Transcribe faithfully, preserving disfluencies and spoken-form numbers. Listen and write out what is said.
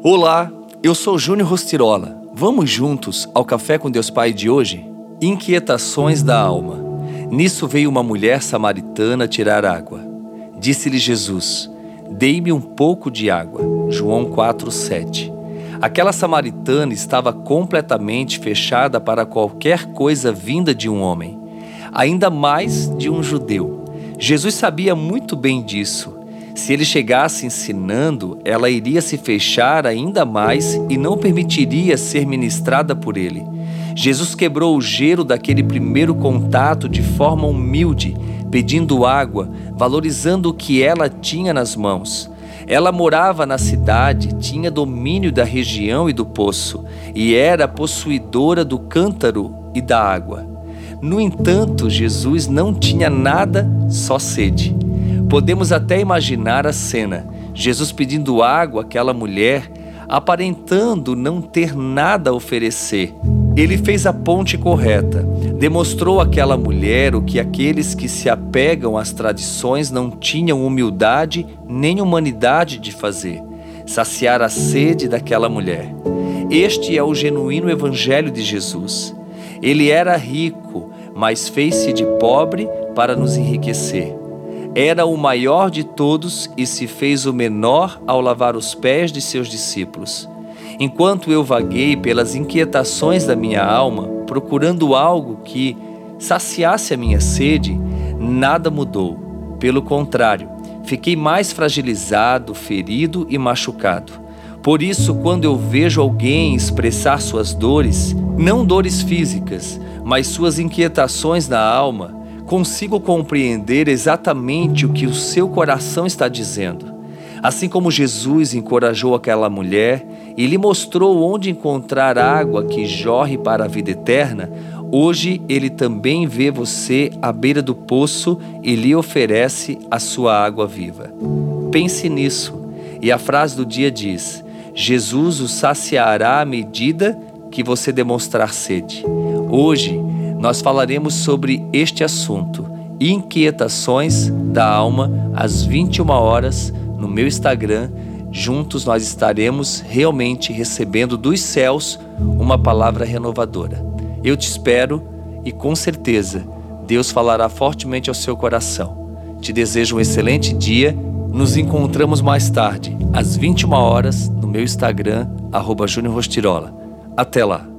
Olá, eu sou Júnior Rostirola. Vamos juntos ao Café com Deus Pai de hoje? Inquietações da alma. Nisso veio uma mulher samaritana tirar água. Disse-lhe Jesus: dei-me um pouco de água. João quatro, sete. Aquela samaritana estava completamente fechada para qualquer coisa vinda de um homem, ainda mais de um judeu. Jesus sabia muito bem disso. Se ele chegasse ensinando, ela iria se fechar ainda mais e não permitiria ser ministrada por ele. Jesus quebrou o gelo daquele primeiro contato de forma humilde, pedindo água, valorizando o que ela tinha nas mãos. Ela morava na cidade, tinha domínio da região e do poço, e era possuidora do cântaro e da água. No entanto, Jesus não tinha nada, só sede. Podemos até imaginar a cena, Jesus pedindo água àquela mulher, aparentando não ter nada a oferecer. Ele fez a ponte correta, demonstrou àquela mulher o que aqueles que se apegam às tradições não tinham humildade nem humanidade de fazer: saciar a sede daquela mulher. Este é o genuíno evangelho de Jesus. Ele era rico, mas fez-se de pobre para nos enriquecer. Era o maior de todos e se fez o menor ao lavar os pés de seus discípulos. Enquanto eu vaguei pelas inquietações da minha alma, procurando algo que saciasse a minha sede, nada mudou. Pelo contrário, fiquei mais fragilizado, ferido e machucado. Por isso, quando eu vejo alguém expressar suas dores, não dores físicas, mas suas inquietações na alma, consigo compreender exatamente o que o seu coração está dizendo. Assim como Jesus encorajou aquela mulher e lhe mostrou onde encontrar água que jorre para a vida eterna, hoje Ele também vê você à beira do poço e lhe oferece a sua água viva. Pense nisso. E a frase do dia diz: Jesus o saciará à medida que você demonstrar sede. Hoje nós falaremos sobre este assunto, inquietações da alma, às vinte e uma horas, no meu Instagram. Juntos nós estaremos realmente recebendo dos céus uma palavra renovadora. Eu te espero e com certeza Deus falará fortemente ao seu coração. Te desejo um excelente dia. Nos encontramos mais tarde, às vinte e uma horas, no meu Instagram, arroba Júnior Rostirola. Até lá!